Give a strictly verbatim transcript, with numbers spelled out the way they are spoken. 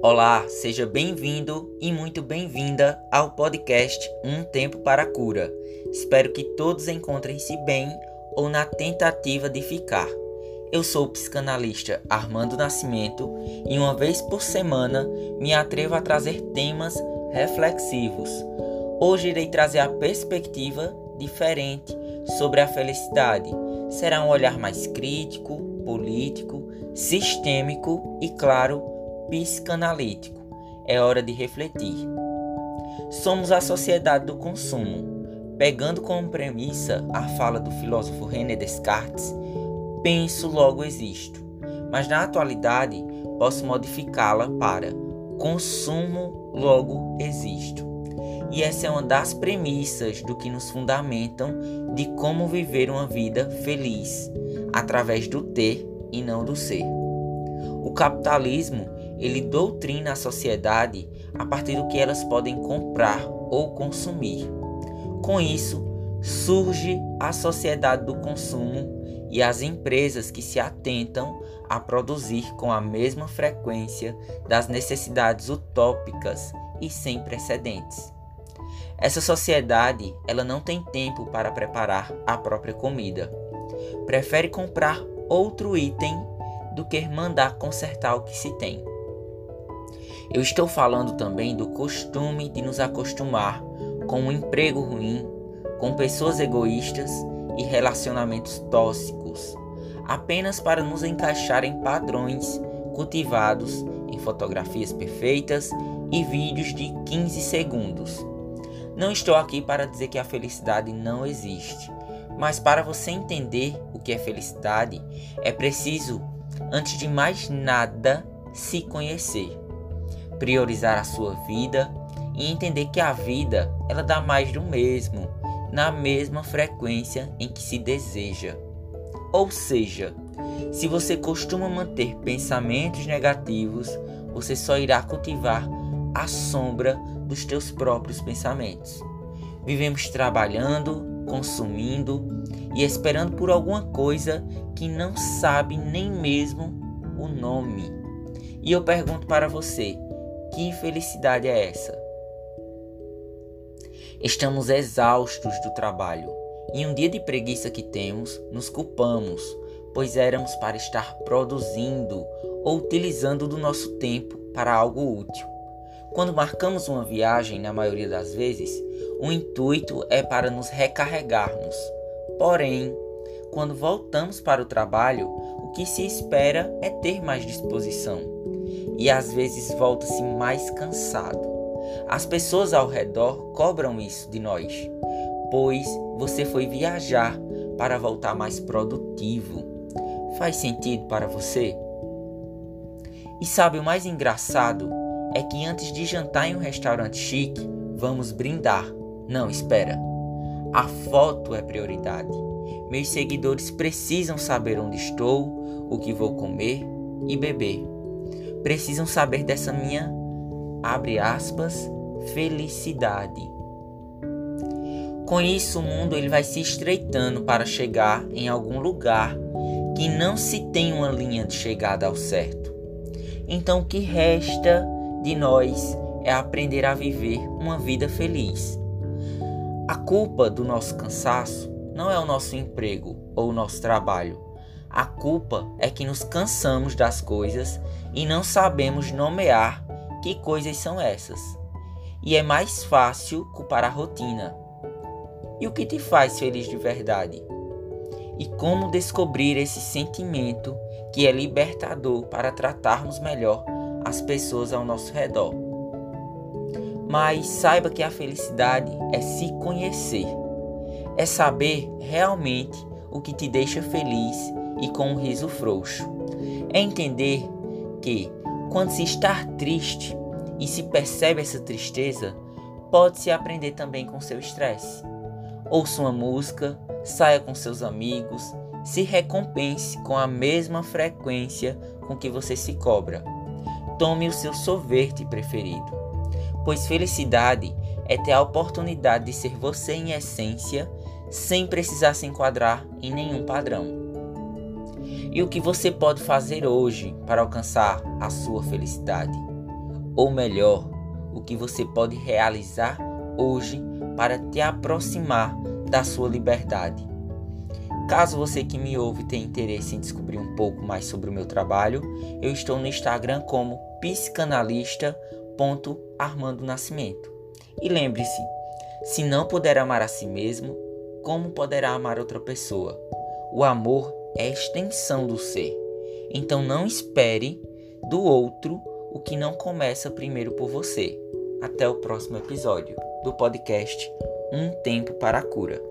Olá, seja bem-vindo e muito bem-vinda ao podcast Um Tempo para a Cura. Espero que todos encontrem-se bem ou na tentativa de ficar. Eu sou o psicanalista Armando Nascimento e uma vez por semana me atrevo a trazer temas reflexivos. Hoje irei trazer a perspectiva diferente sobre a felicidade. Será um olhar mais crítico, político, sistêmico e, claro, psicanalítico. É hora de refletir. Somos a sociedade do consumo. Pegando como premissa a fala do filósofo René Descartes, penso, logo existo. Mas na atualidade posso modificá-la para consumo, logo existo. E essa é uma das premissas do que nos fundamentam de como viver uma vida feliz, através do ter e não do ser. O capitalismo, ele doutrina a sociedade a partir do que elas podem comprar ou consumir. Com isso, surge a sociedade do consumo e as empresas que se atentam a produzir com a mesma frequência das necessidades utópicas e sem precedentes. Essa sociedade, ela não tem tempo para preparar a própria comida. Prefere comprar outro item do que mandar consertar o que se tem. Eu estou falando também do costume de nos acostumar com um emprego ruim, com pessoas egoístas e relacionamentos tóxicos, apenas para nos encaixar em padrões cultivados em fotografias perfeitas e vídeos de quinze segundos. Não estou aqui para dizer que a felicidade não existe, mas para você entender o que é felicidade, é preciso, antes de mais nada, se conhecer, priorizar a sua vida e entender que a vida, ela dá mais do mesmo, na mesma frequência em que se deseja. Ou seja, se você costuma manter pensamentos negativos, você só irá cultivar a sombra dos teus próprios pensamentos. Vivemos trabalhando, consumindo e esperando por alguma coisa que não sabe nem mesmo o nome. E eu pergunto para você, que felicidade é essa? Estamos exaustos do trabalho e um dia de preguiça que temos, nos culpamos, pois éramos para estar produzindo ou utilizando do nosso tempo para algo útil. Quando marcamos uma viagem, na maioria das vezes, o intuito é para nos recarregarmos. Porém, quando voltamos para o trabalho, o que se espera é ter mais disposição. E às vezes volta-se mais cansado. As pessoas ao redor cobram isso de nós, pois você foi viajar para voltar mais produtivo. Faz sentido para você? E sabe o mais engraçado? É que antes de jantar em um restaurante chique, vamos brindar. Não, espera. A foto é prioridade. Meus seguidores precisam saber onde estou, o que vou comer e beber. Precisam saber dessa minha, abre aspas, felicidade. Com isso, o mundo ele vai se estreitando para chegar em algum lugar que não se tem uma linha de chegada ao certo. Então, o que resta de nós é aprender a viver uma vida feliz. A culpa do nosso cansaço não é o nosso emprego ou o nosso trabalho. A culpa é que nos cansamos das coisas e não sabemos nomear que coisas são essas. E é mais fácil culpar a rotina. E o que te faz feliz de verdade? E como descobrir esse sentimento que é libertador para tratarmos melhor as pessoas ao nosso redor? Mas saiba que a felicidade é se conhecer, é saber realmente o que te deixa feliz e com um riso frouxo. É entender que quando se está triste e se percebe essa tristeza, pode-se aprender também com seu estresse. Ouça uma música, saia com seus amigos, se recompense com a mesma frequência com que você se cobra. Tome o seu sorvete preferido, pois felicidade é ter a oportunidade de ser você em essência, sem precisar se enquadrar em nenhum padrão. E o que você pode fazer hoje para alcançar a sua felicidade? Ou melhor, o que você pode realizar hoje para te aproximar da sua liberdade. Caso você que me ouve tenha interesse em descobrir um pouco mais sobre o meu trabalho, eu estou no Instagram como psicanalista ponto armando nascimento. E lembre-se, se não puder amar a si mesmo, como poderá amar outra pessoa? O amor é a extensão do ser. Então não espere do outro o que não começa primeiro por você. Até o próximo episódio do podcast Um Tempo para a Cura.